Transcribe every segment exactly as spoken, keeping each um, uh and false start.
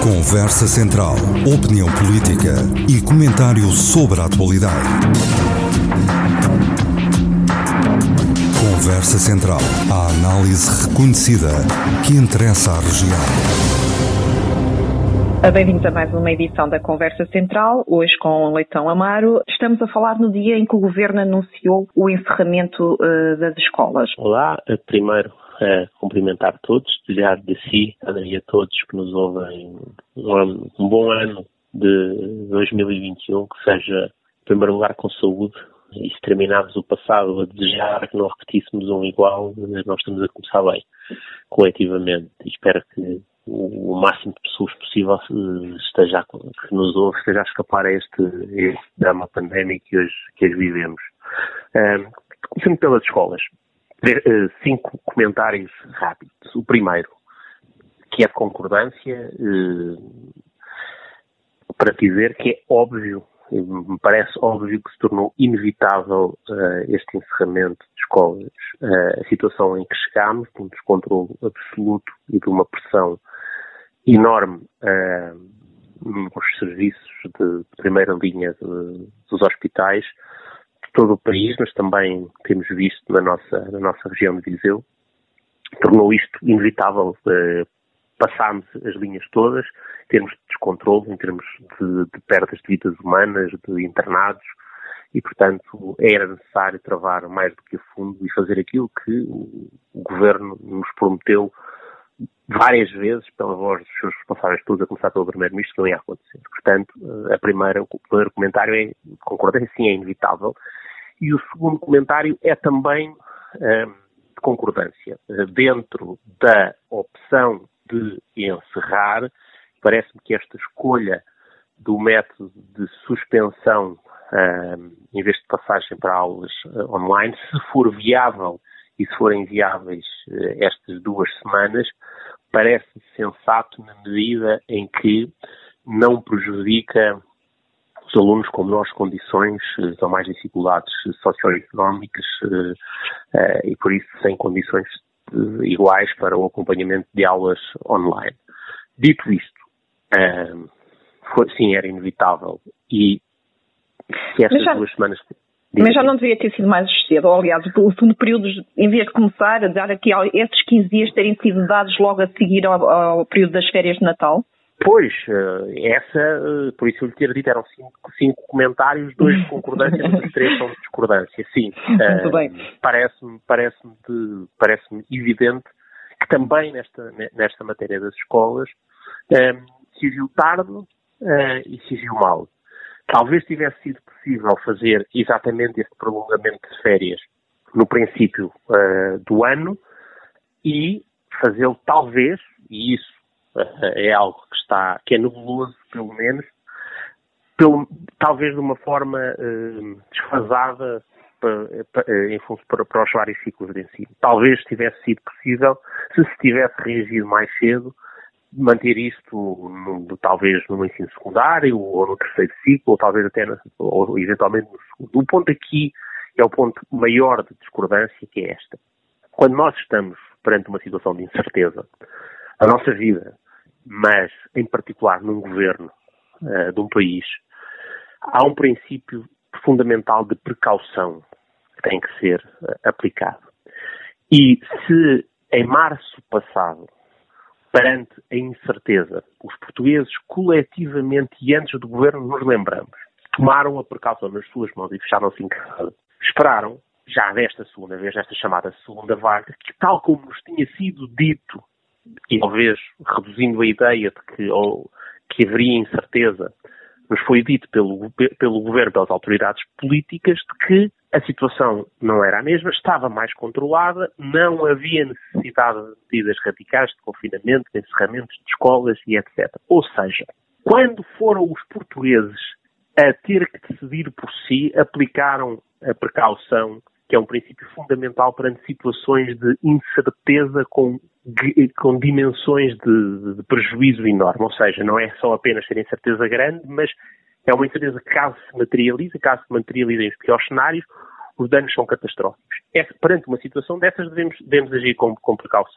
Conversa Central. Opinião política e comentário sobre a atualidade. Conversa Central. A análise reconhecida que interessa à região. Bem-vindos a mais uma edição da Conversa Central, hoje com Leitão Amaro. Estamos a falar no dia em que o Governo anunciou o encerramento uh, das escolas. Olá, primeiro uh, cumprimentar todos, desejar de si e a todos que nos ouvem um, um bom ano de dois mil e vinte e um, que seja, em primeiro lugar, com saúde. E se terminarmos o passado a desejar que não repetíssemos um igual, nós estamos a começar bem, coletivamente. E espero que o máximo de pessoas possível esteja, que nos ouve, esteja a escapar a este, este drama pandémico que hoje, que hoje vivemos. Um, começando pelas escolas, cinco comentários rápidos. O primeiro, que é de concordância, uh, para dizer que é óbvio, me parece óbvio que se tornou inevitável uh, este encerramento de escolas. Uh, a situação em que chegámos, de um descontrole absoluto e de uma pressão enorme uh, nos serviços de primeira linha de, dos hospitais de todo o país, mas também temos visto na nossa, na nossa região de Viseu, tornou isto inevitável. Uh, passámos as linhas todas, em termos de descontrole, em termos de, de perdas de vidas humanas, de internados, e, portanto, era necessário travar mais do que a fundo e fazer aquilo que o, o Governo nos prometeu várias vezes, pela voz dos seus responsáveis todos, a começar pelo Primeiro-Ministro, que não ia acontecer. Portanto, a primeira, o primeiro comentário é, concordância, sim, é inevitável. E o segundo comentário é também hum, de concordância. Dentro da opção de encerrar, parece-me que esta escolha do método de suspensão hum, em vez de passagem para aulas uh, online, se for viável e se forem viáveis uh, estas duas semanas, parece sensato na medida em que não prejudica os alunos com menores condições, ou mais dificuldades socioeconómicas uh, uh, e, por isso, sem condições uh, iguais para o acompanhamento de aulas online. Dito isto, uh, foi, sim, era inevitável e se estas já, duas semanas... Mas já não devia ter sido mais cedo, ou, aliás, o segundo período, em vez de começar a dar aqui esses quinze dias terem sido dados logo a seguir ao, ao período das férias de Natal? Pois, essa, por isso eu lhe ter dito, eram cinco, cinco comentários, dois de concordância e os três são de discordância, sim. Muito uh, bem. Parece-me, parece-me, de, parece-me evidente que também nesta, nesta matéria das escolas um, se viu tarde uh, e se viu mal. Talvez tivesse sido possível fazer exatamente este prolongamento de férias no princípio uh, do ano e fazê-lo talvez, e isso uh, é algo que está, que é nebuloso pelo menos, pelo, talvez de uma forma uh, desfasada para, para, em função para, para os vários ciclos de ensino. Talvez tivesse sido possível, se se tivesse reagido mais cedo, manter isto no, talvez no ensino secundário ou no terceiro ciclo, ou talvez até no, ou eventualmente no segundo. O ponto aqui é o ponto maior de discordância, que é esta. Quando nós estamos perante uma situação de incerteza, a nossa vida, mas em particular num governo uh, de um país, há um princípio fundamental de precaução que tem que ser uh, aplicado. E se em março passado, perante a incerteza, os portugueses coletivamente e antes do governo, nos lembramos, tomaram a precaução nas suas mãos e fecharam-se em casa. Esperaram, já desta segunda vez, esta chamada segunda vaga, que tal como nos tinha sido dito, e talvez reduzindo a ideia de que, ou, que haveria incerteza, nos foi dito pelo, pelo governo, pelas autoridades políticas, de que a situação não era a mesma, estava mais controlada, não havia necessidade de medidas radicais de confinamento, de encerramentos de escolas e etcétera. Ou seja, quando foram os portugueses a ter que decidir por si, aplicaram a precaução, que é um princípio fundamental perante situações de incerteza com, com dimensões de, de prejuízo enorme. Ou seja, não é só apenas ter incerteza grande, mas é uma incerteza que, caso se materialize, caso se materializem os piores cenários, os danos são catastróficos. É, perante uma situação dessas, devemos, devemos agir com, com precaução.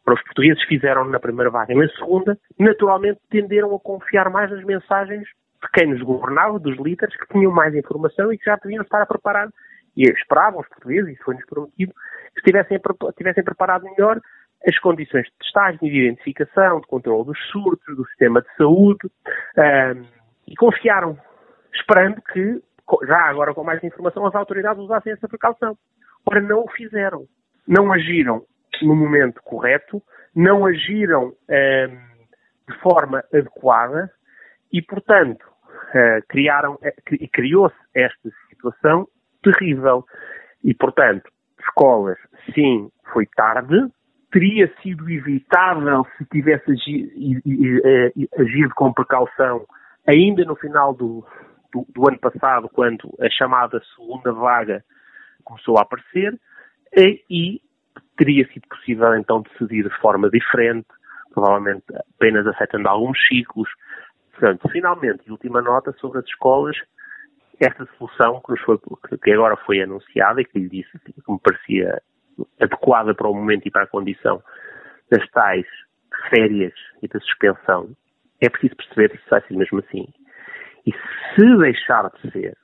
para os portugueses fizeram na primeira vaga e na segunda, naturalmente tenderam a confiar mais nas mensagens de quem nos governava, dos líderes, que tinham mais informação e que já podiam estar a preparar. E esperavam os portugueses, e isso foi-nos prometido, que estivessem, estivessem preparado melhor as condições de testagem, de identificação, de controle dos surtos, do sistema de saúde, um, e confiaram, esperando que, já agora com mais informação, as autoridades usassem essa precaução. Ora, não o fizeram. Não agiram no momento correto, não agiram um, de forma adequada e, portanto, uh, criaram, uh, criou-se esta situação terrível. E, portanto, escolas, sim, foi tarde, teria sido evitável se tivesse agido, agido com precaução ainda no final do, do, do ano passado, quando a chamada segunda vaga começou a aparecer, e, e teria sido possível então decidir de forma diferente, provavelmente apenas afetando alguns ciclos. Portanto, finalmente, e última nota sobre as escolas, esta solução que, nos foi, que agora foi anunciada e que lhe disse que me parecia adequada para o momento e para a condição das tais férias e da suspensão, é preciso perceber que isso vai ser mesmo assim. E se deixar de ser,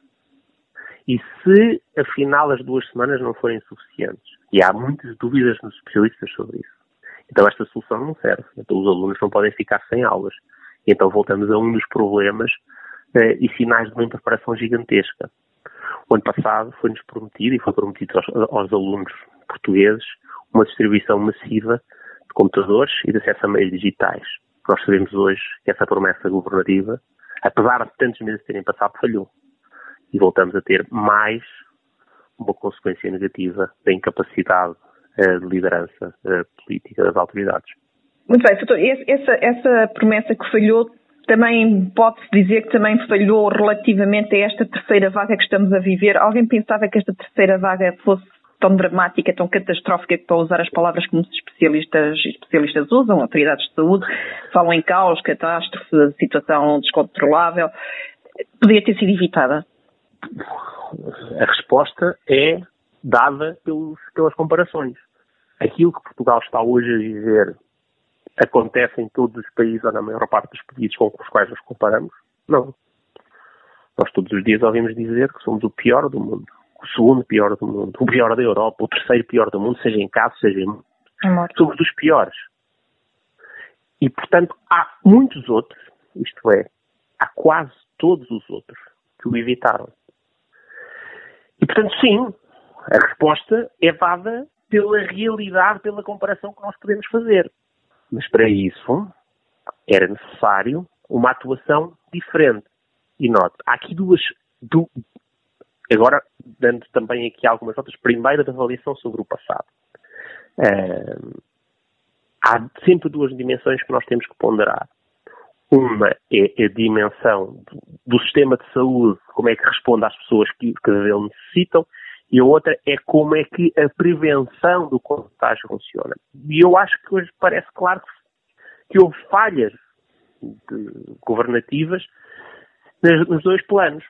e se afinal as duas semanas não forem suficientes, e há muitas dúvidas nos especialistas sobre isso, então esta solução não serve. Então os alunos não podem ficar sem aulas. E então voltamos a um dos problemas eh, e sinais de uma impreparação gigantesca. O ano passado foi-nos prometido, e foi prometido aos, aos alunos portugueses, uma distribuição massiva de computadores e de acesso a meios digitais. Nós sabemos hoje que essa promessa governativa, apesar de tantos meses terem passado, falhou. E voltamos a ter mais uma consequência negativa da incapacidade uh, de liderança uh, política das autoridades. Muito bem, doutor. Essa, essa promessa que falhou, também pode-se dizer que também falhou relativamente a esta terceira vaga que estamos a viver. Alguém pensava que esta terceira vaga fosse tão dramática, tão catastrófica, que, para usar as palavras como os especialistas, especialistas usam, autoridades de saúde, falam em caos, catástrofe, situação descontrolável, poderia ter sido evitada? A resposta é dada pelos, pelas comparações. Aquilo que Portugal está hoje a viver acontece em todos os países, ou na maior parte dos países com os quais nos comparamos? Não. Nós todos os dias ouvimos dizer que somos o pior do mundo, o segundo pior do mundo, o pior da Europa, o terceiro pior do mundo, seja em casos, seja em mortes. Somos dos piores. E, portanto, há muitos outros, isto é, há quase todos os outros que o evitaram. E, portanto, sim, a resposta é dada pela realidade, pela comparação que nós podemos fazer. Mas para isso era necessário uma atuação diferente. E note, há aqui duas... Du... Agora, dando também aqui algumas notas. Primeiro, da avaliação sobre o passado. Uh, há sempre duas dimensões que nós temos que ponderar. Uma é a dimensão do sistema de saúde, como é que responde às pessoas que, que dele necessitam, e a outra é como é que a prevenção do contágio funciona. E eu acho que hoje parece claro que houve falhas de, governativas nos, nos dois planos.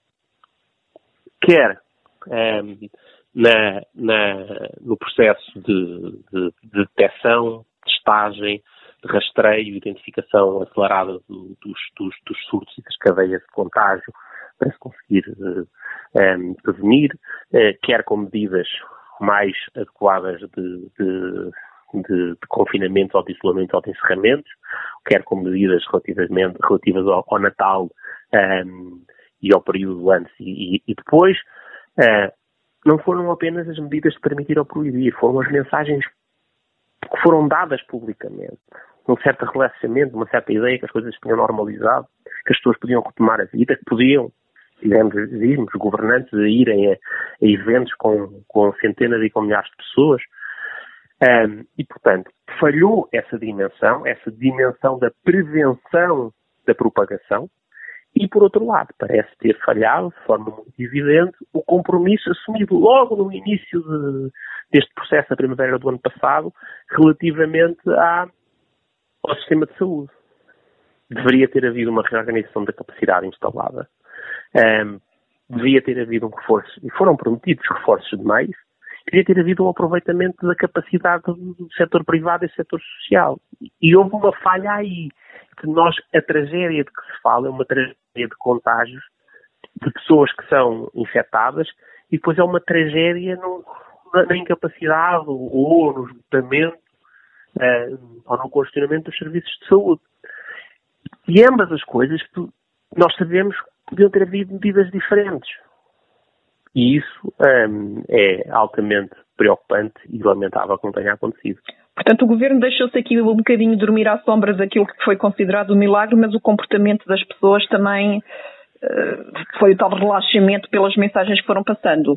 Quer eh, na, na, no processo de, de, de detecção, testagem, de rastreio e identificação acelerada do, dos, dos, dos surtos e das cadeias de contágio para se conseguir uh, um, prevenir, uh, quer com medidas mais adequadas de, de, de, de confinamento ou de isolamento ou de encerramentos, quer com medidas relativamente, relativas ao, ao Natal um, e ao período antes e, e, e depois. Uh, não foram apenas as medidas de permitir ou proibir, foram as mensagens que foram dadas publicamente. Um certo relaxamento, uma certa ideia que as coisas tinham normalizado, que as pessoas podiam retomar a vida, que podiam, tivemos, vimos governantes a irem a, a eventos com, com centenas e com milhares de pessoas. Um, e, portanto, falhou essa dimensão, essa dimensão da prevenção da propagação. E, por outro lado, parece ter falhado, de forma muito evidente, o compromisso assumido logo no início de, deste processo, na primavera do ano passado, relativamente à ao sistema de saúde. Deveria ter havido uma reorganização da capacidade instalada. Um, deveria ter havido um reforço, e foram prometidos reforços de meios, Devia ter havido um aproveitamento da capacidade do setor privado e do setor social. E houve uma falha aí. Que nós, a tragédia de que se fala é uma tragédia de contágios de pessoas que são infectadas e depois é uma tragédia no, na, na incapacidade ou no esgotamento uh, ou no questionamento dos serviços de saúde. E ambas as coisas, nós sabemos que podiam ter havido medidas diferentes. E isso um, é altamente preocupante e lamentável que não tenha acontecido. Portanto, o Governo deixou-se aqui um bocadinho dormir à sombra daquilo que foi considerado um milagre, mas o comportamento das pessoas também uh, foi o tal relaxamento pelas mensagens que foram passando.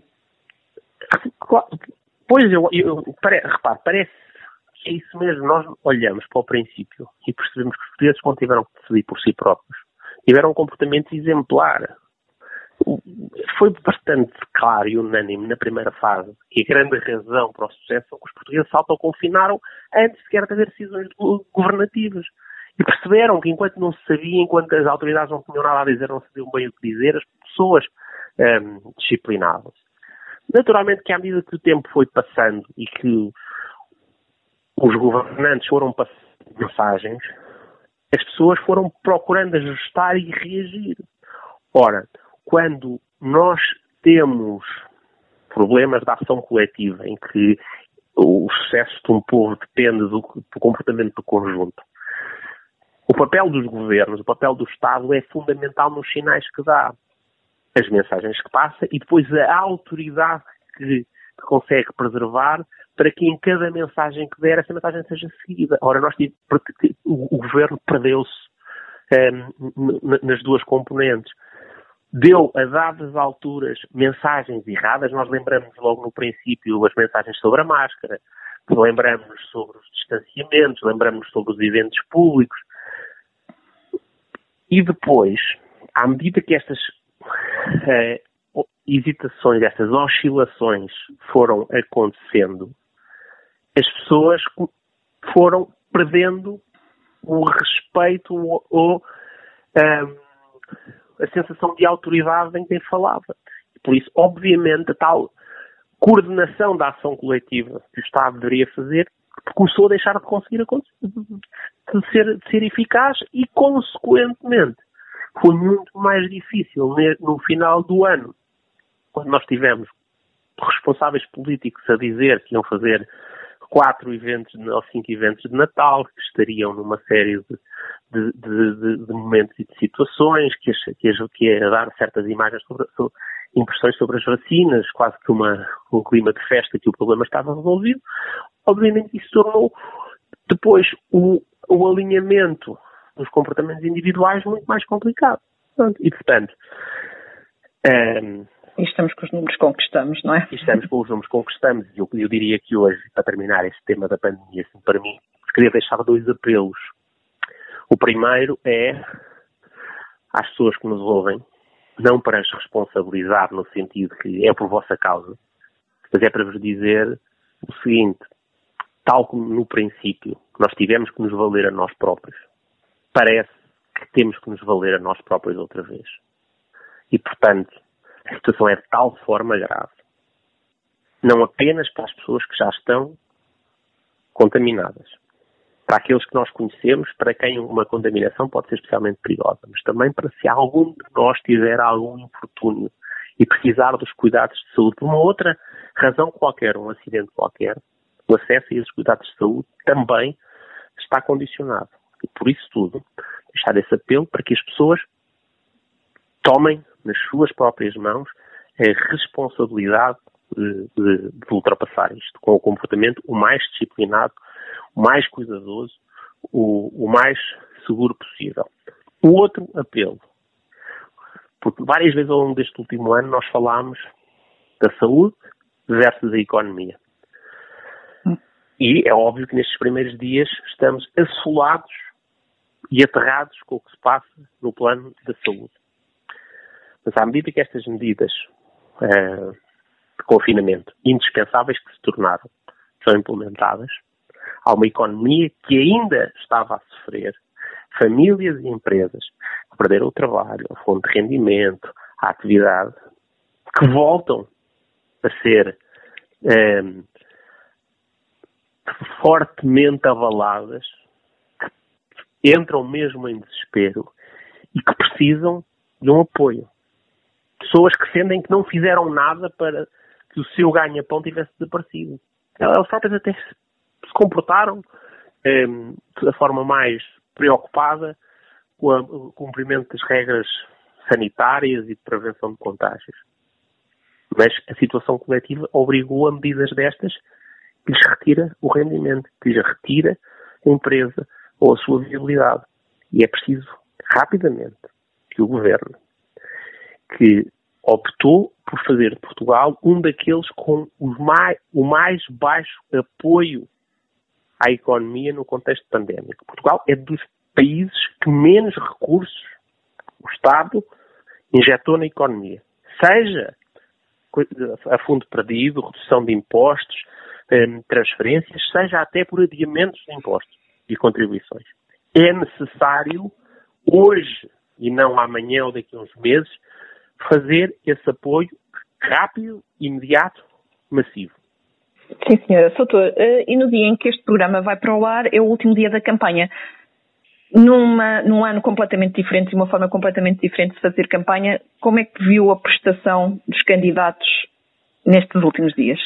Pois, eu, eu, pare, repare, parece que é isso mesmo. Nós olhamos para o princípio e percebemos que os portugueses, quando tiveram que decidir por si próprios, tiveram um comportamento exemplar. Foi bastante claro e unânime na primeira fase que a grande razão para o sucesso é que os portugueses se autoconfinaram antes sequer de haver decisões governativas. E perceberam que enquanto não se sabia, enquanto as autoridades não tinham nada a dizer, não sabiam bem o que dizer, as pessoas um, disciplinavam-se. Naturalmente que à medida que o tempo foi passando e que os governantes foram passando mensagens, as pessoas foram procurando ajustar e reagir. Ora, quando nós temos problemas de ação coletiva em que o sucesso de um povo depende do, do comportamento do conjunto, o papel dos governos, o papel do Estado é fundamental nos sinais que dá, as mensagens que passa e depois a autoridade que, que consegue preservar para que em cada mensagem que der, essa mensagem seja seguida. Ora, nós o, o governo perdeu-se um, nas duas componentes. Deu a dadas alturas mensagens erradas. Nós lembramos logo no princípio as mensagens sobre a máscara, lembramos sobre os distanciamentos, lembramos sobre os eventos públicos. E depois, à medida que estas uh, hesitações, estas oscilações foram acontecendo, as pessoas foram perdendo o respeito ou, ou um, a sensação de autoridade em quem falava. Por isso, obviamente, a tal coordenação da ação coletiva que o Estado deveria fazer começou a deixar de conseguir acontecer, de ser, de ser eficaz e, consequentemente, foi muito mais difícil no final do ano, quando nós tivemos responsáveis políticos a dizer que iam fazer quatro eventos ou cinco eventos de Natal, que estariam numa série de, de, de, de, de momentos e de situações, que, que, que ia dar certas imagens, sobre, sobre, impressões sobre as vacinas, quase que uma, um clima de festa que o problema estava resolvido. Obviamente isso tornou depois o, o alinhamento dos comportamentos individuais muito mais complicado. E, portanto... Um, E estamos com os números que conquistamos, não é? E estamos com os números que conquistamos. E eu, eu diria que hoje, para terminar este tema da pandemia, assim, para mim, queria deixar dois apelos. O primeiro é às pessoas que nos ouvem, não para as responsabilizar no sentido que é por vossa causa, mas é para vos dizer o seguinte: tal como no princípio nós tivemos que nos valer a nós próprios, parece que temos que nos valer a nós próprios outra vez. E, portanto, a situação é de tal forma grave, não apenas para as pessoas que já estão contaminadas, para aqueles que nós conhecemos, para quem uma contaminação pode ser especialmente perigosa, mas também para se algum de nós tiver algum infortúnio e precisar dos cuidados de saúde por uma outra razão qualquer, um acidente qualquer, o acesso a esses cuidados de saúde também está condicionado. E por isso tudo, deixar esse apelo para que as pessoas tomem nas suas próprias mãos a responsabilidade de, de, de ultrapassar isto com o comportamento o mais disciplinado, o mais cuidadoso, o, o mais seguro possível. O outro apelo, porque várias vezes ao longo deste último ano nós falámos da saúde versus a economia. E é óbvio que nestes primeiros dias estamos assolados e aterrados com o que se passa no plano da saúde. Mas à medida que estas medidas uh, de confinamento indispensáveis que se tornaram são implementadas, há uma economia que ainda estava a sofrer, famílias e empresas que perderam o trabalho, a fonte de rendimento, a atividade, que voltam a ser eh, fortemente avaladas, que entram mesmo em desespero e que precisam de um apoio. Pessoas que sentem que não fizeram nada para que o seu ganha-pão tivesse desaparecido. Elas próprias até se comportaram eh, da forma mais preocupada com o cumprimento das regras sanitárias e de prevenção de contágios. Mas a situação coletiva obrigou a medidas destas que lhes retira o rendimento, que lhes retira a empresa ou a sua viabilidade. E é preciso, rapidamente, que o Governo, que optou por fazer de Portugal um daqueles com os mais, o mais baixo apoio à economia no contexto pandémico. Portugal é dos países que menos recursos o Estado injetou na economia. Seja a fundo perdido, redução de impostos, transferências, seja até por adiamentos de impostos e contribuições. É necessário, hoje e não amanhã ou daqui a uns meses, fazer esse apoio rápido, imediato, massivo. Sim, senhora. Soutor, e no dia em que este programa vai para o ar, é o último dia da campanha. Numa, num ano completamente diferente, de uma forma completamente diferente de fazer campanha, como é que viu a prestação dos candidatos nestes últimos dias?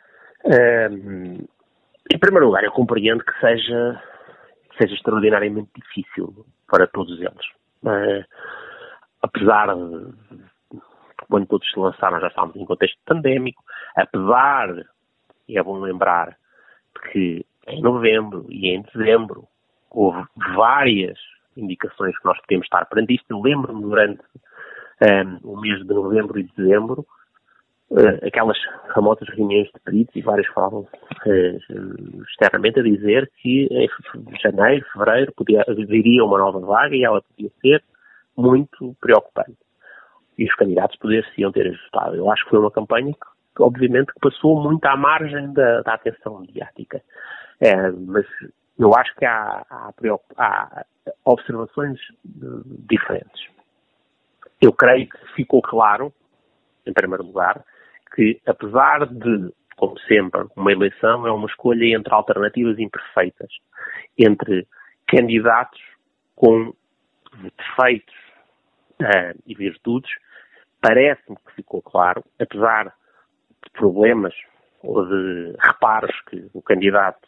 Um, em primeiro lugar, eu compreendo que seja, que seja extraordinariamente difícil para todos eles. Uh, apesar de, quando todos se lançaram, já estávamos em contexto pandémico, apesar, e é bom lembrar, que em novembro e em dezembro houve várias indicações que nós podemos estar perante isto. Eu lembro-me durante um, o mês de novembro e dezembro, uh, aquelas famosas reuniões de peritos, e vários falavam uh, externamente a dizer que em janeiro, fevereiro, podia, viria uma nova vaga e ela podia ser muito preocupante. E os candidatos poderiam ter ajustado. Eu acho que foi uma campanha que, que obviamente, que passou muito à margem da, da atenção mediática. É, mas eu acho que há, há, há observações diferentes. Eu creio que ficou claro, em primeiro lugar, que apesar de, como sempre, uma eleição é uma escolha entre alternativas imperfeitas, entre candidatos com defeitos uh, e virtudes, parece-me que ficou claro, apesar de problemas ou de reparos que o candidato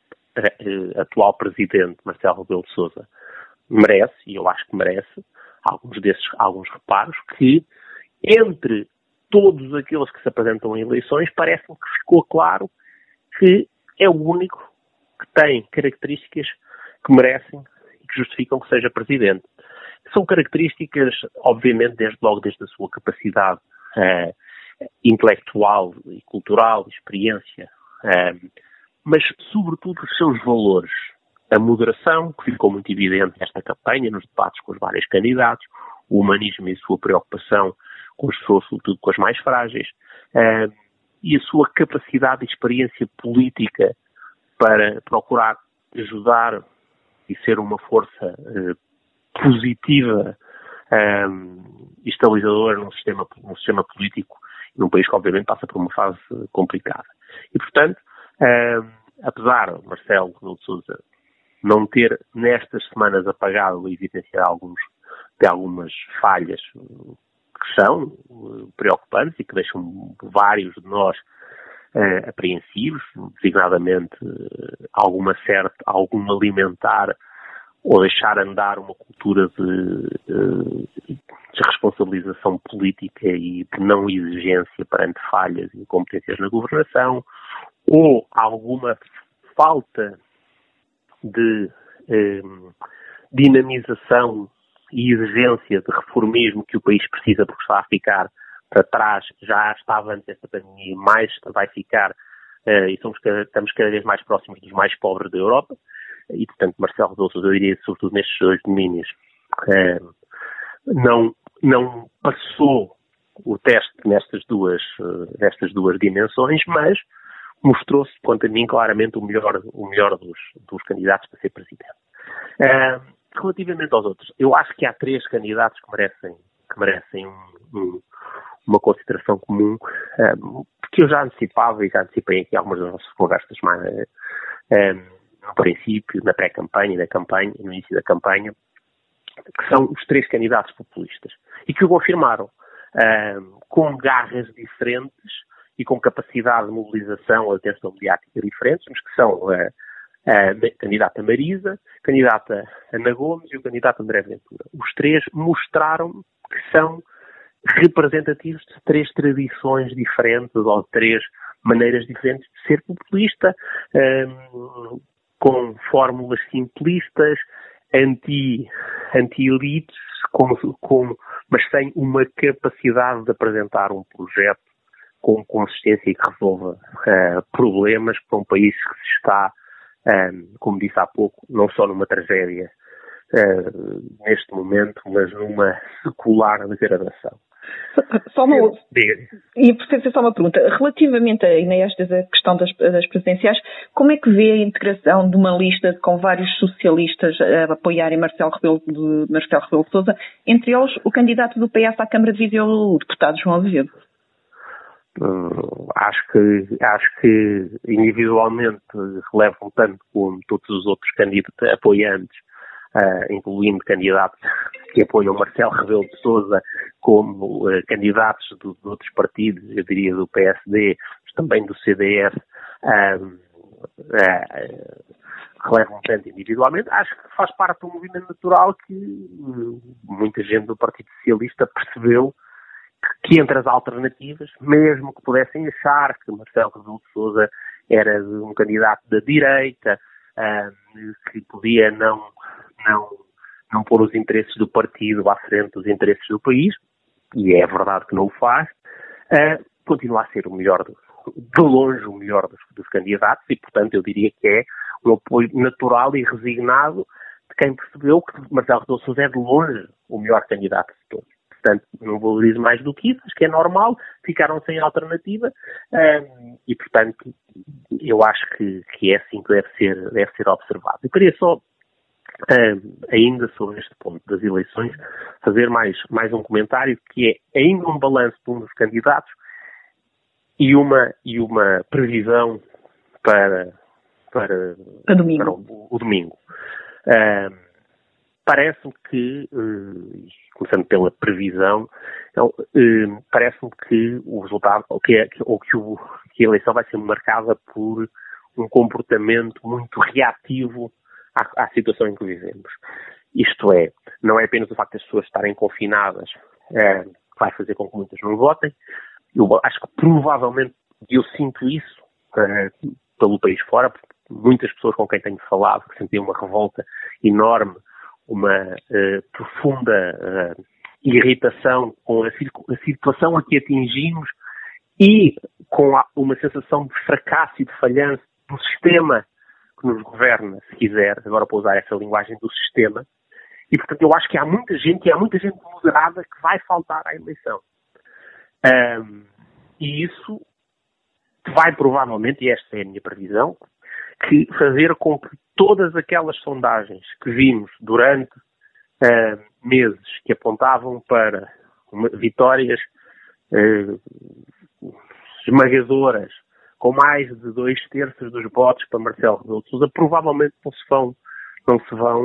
atual presidente, Marcelo Rebelo de Sousa, merece, e eu acho que merece, alguns desses, alguns reparos, que entre todos aqueles que se apresentam em eleições, parece-me que ficou claro que é o único que tem características que merecem e que justificam que seja presidente. São características, obviamente, desde logo desde a sua capacidade eh, intelectual e cultural, experiência, eh, mas, sobretudo, os seus valores. A moderação, que ficou muito evidente nesta campanha, nos debates com os vários candidatos, o humanismo e a sua preocupação com as pessoas, sobretudo com as mais frágeis, uh, e a sua capacidade e experiência política para procurar ajudar e ser uma força uh, positiva um, e estabilizadora num sistema, num sistema político, num país que, obviamente, passa por uma fase complicada. E, portanto, Uh, apesar de Marcelo Rebelo de Sousa não ter nestas semanas apagado a evidência de, alguns, de algumas falhas que são uh, preocupantes e que deixam vários de nós uh, apreensivos, designadamente uh, alguma certa, algum alimentar ou deixar andar uma cultura de, uh, de responsabilização política e de não exigência perante falhas e incompetências na governação, ou alguma falta de eh, dinamização e exigência de reformismo que o país precisa, porque está a ficar para trás, já estava antes desta pandemia, mais vai ficar, eh, e somos, estamos cada vez mais próximos dos mais pobres da Europa, e, portanto, Marcelo Rebelo de Sousa, eu diria, sobretudo nestes dois domínios, eh, não, não passou o teste nestas duas, nestas duas dimensões, mas mostrou-se, quanto a mim, claramente o melhor, o melhor dos, dos candidatos para ser presidente. Uh, relativamente aos outros, eu acho que há três candidatos que merecem, que merecem um, um, uma consideração comum, um, que eu já antecipava e já antecipei aqui algumas das nossas conversas mais, um, no princípio, na pré-campanha e na campanha, no início da campanha, que são os três candidatos populistas, e que o confirmaram, um, com garras diferentes e com capacidade de mobilização, atenção mediática diferentes, mas que são uh, a candidata Marisa, a candidata Ana Gomes e o candidato André Ventura. Os três mostraram que são representativos de três tradições diferentes ou de três maneiras diferentes de ser populista, um, com fórmulas simplistas, anti, anti-elites, com, com, mas sem uma capacidade de apresentar um projeto com consistência e que resolva uh, problemas para um país que se está, um, como disse há pouco, não só numa tragédia uh, neste momento, mas numa secular degradação. Só uma, e por ser só uma pergunta, relativamente a esta questão das, das presidenciais, como é que vê a integração de uma lista com vários socialistas a apoiarem Marcelo Rebelo de, Marcelo Rebelo de Sousa, entre eles o candidato do P S à Câmara de Viseu, o deputado João Azevedo? Hum, acho que acho que individualmente relevam tanto como todos os outros candidatos apoiantes, uh, incluindo candidatos que apoiam Marcelo Rebelo de Sousa, como uh, candidatos de, de outros partidos, eu diria do P S D, mas também do C D S, uh, uh, relevam tanto individualmente. Acho que faz parte de um movimento natural que uh, muita gente do Partido Socialista percebeu que entre as alternativas, mesmo que pudessem achar que Marcelo Rebelo de Sousa era um candidato da direita, uh, que podia não, não, não pôr os interesses do partido à frente dos interesses do país, e é verdade que não o faz, uh, continua a ser o melhor, do, de longe o melhor dos, dos candidatos, e portanto eu diria que é um apoio natural e resignado de quem percebeu que Marcelo Rebelo de Sousa é de longe o melhor candidato de todos. Portanto, não valorizo mais do que isso, acho que é normal, ficaram sem alternativa, um, e portanto eu acho que, que é assim que deve ser, deve ser observado. Eu queria só, um, ainda sobre este ponto das eleições, fazer mais, mais um comentário, que é ainda um balanço de um dos candidatos e uma, e uma previsão para, para, para, domingo. para o, o domingo. Um, Parece-me que, começando pela previsão, parece-me que o resultado, ou que, ou que, o, que a eleição vai ser marcada por um comportamento muito reativo à, à situação em que vivemos. Isto é, não é apenas o facto das pessoas estarem confinadas é, que vai fazer com que muitas não votem. Eu acho que provavelmente, eu sinto isso é, pelo país fora, porque muitas pessoas com quem tenho falado que sentiam uma revolta enorme, uma uh, profunda uh, irritação com a, a situação a que atingimos e com a, uma sensação de fracasso e de falhança do sistema que nos governa, se quiser, agora para usar essa linguagem do sistema. E, portanto, eu acho que há muita gente, e há muita gente moderada que vai faltar à eleição. Um, e isso vai provavelmente, e esta é a minha previsão, que fazer com que todas aquelas sondagens que vimos durante uh, meses que apontavam para uma, vitórias uh, esmagadoras, com mais de dois terços dos votos para Marcelo Rebelo de Sousa, provavelmente não se vão, não se vão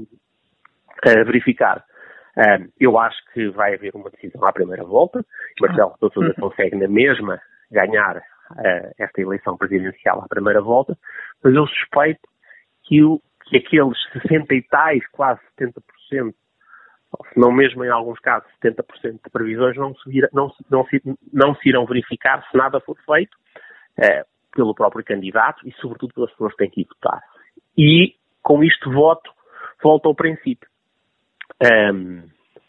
uh, verificar. Uh, eu acho que vai haver uma decisão à primeira volta. Marcelo Rebelo de Sousa consegue na mesma ganhar uh, esta eleição presidencial à primeira volta, mas eu suspeito que, o, que aqueles sessenta e tais, quase setenta por cento, se não mesmo em alguns casos setenta por cento de previsões não se, vira, não, não, se, não se irão verificar se nada for feito uh, pelo próprio candidato e sobretudo pelas pessoas que têm que ir votar. E com isto voto, volto ao princípio. Um,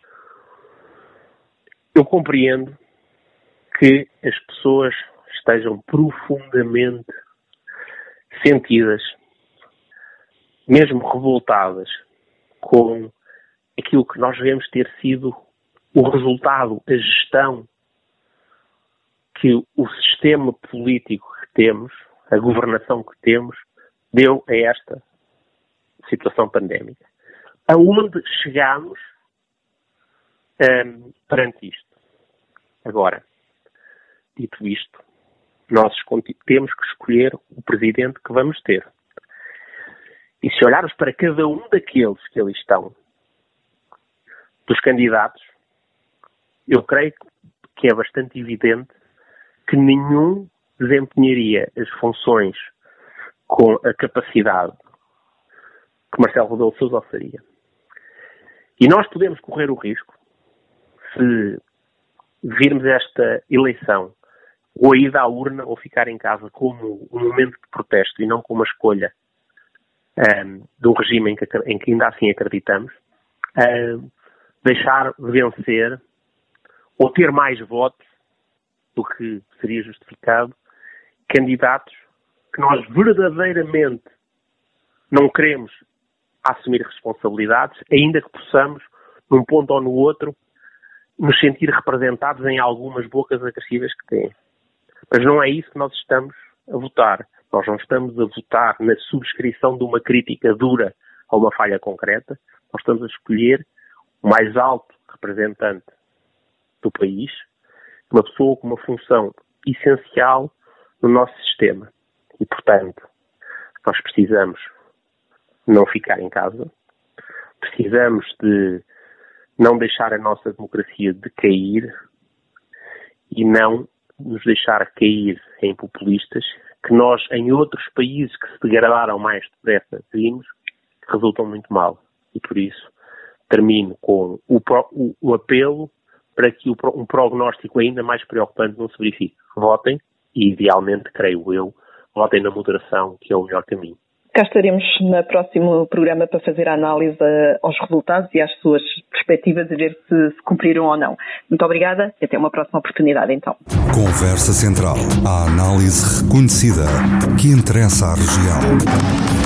eu compreendo que as pessoas estejam profundamente sentidas, mesmo revoltadas, com aquilo que nós devemos ter sido o resultado, a gestão que o sistema político que temos, a governação que temos, deu a esta situação pandémica. Aonde chegamos um, perante isto? Agora, dito isto, nós temos que escolher o presidente que vamos ter. E se olharmos para cada um daqueles que ali estão, dos candidatos, eu creio que é bastante evidente que nenhum desempenharia as funções com a capacidade que Marcelo Rebelo de Sousa faria. E nós podemos correr o risco, se virmos esta eleição, ou a ida à urna, ou ficar em casa como um momento de protesto e não como uma escolha um, de um regime em que, em que ainda assim acreditamos, um, deixar vencer ou ter mais votos do que seria justificado candidatos que nós verdadeiramente não queremos assumir responsabilidades, ainda que possamos, num ponto ou no outro, nos sentir representados em algumas bocas agressivas que têm. Mas não é isso que nós estamos a votar. Nós não estamos a votar na subscrição de uma crítica dura a uma falha concreta. Nós estamos a escolher o mais alto representante do país, uma pessoa com uma função essencial no nosso sistema. E, portanto, nós precisamos não ficar em casa, precisamos de não deixar a nossa democracia decair e não nos deixar cair em populistas que nós, em outros países que se degradaram mais depressa, vimos que resultam muito mal. E por isso termino com o, o, o apelo para que o, um prognóstico ainda mais preocupante não se verifique. Votem e, idealmente, creio eu, votem na moderação, que é o melhor caminho. Cá estaremos no próximo programa para fazer a análise aos resultados e às suas perspectivas e ver se se cumpriram ou não. Muito obrigada e até uma próxima oportunidade, então. Conversa Central. A análise reconhecida que interessa à região.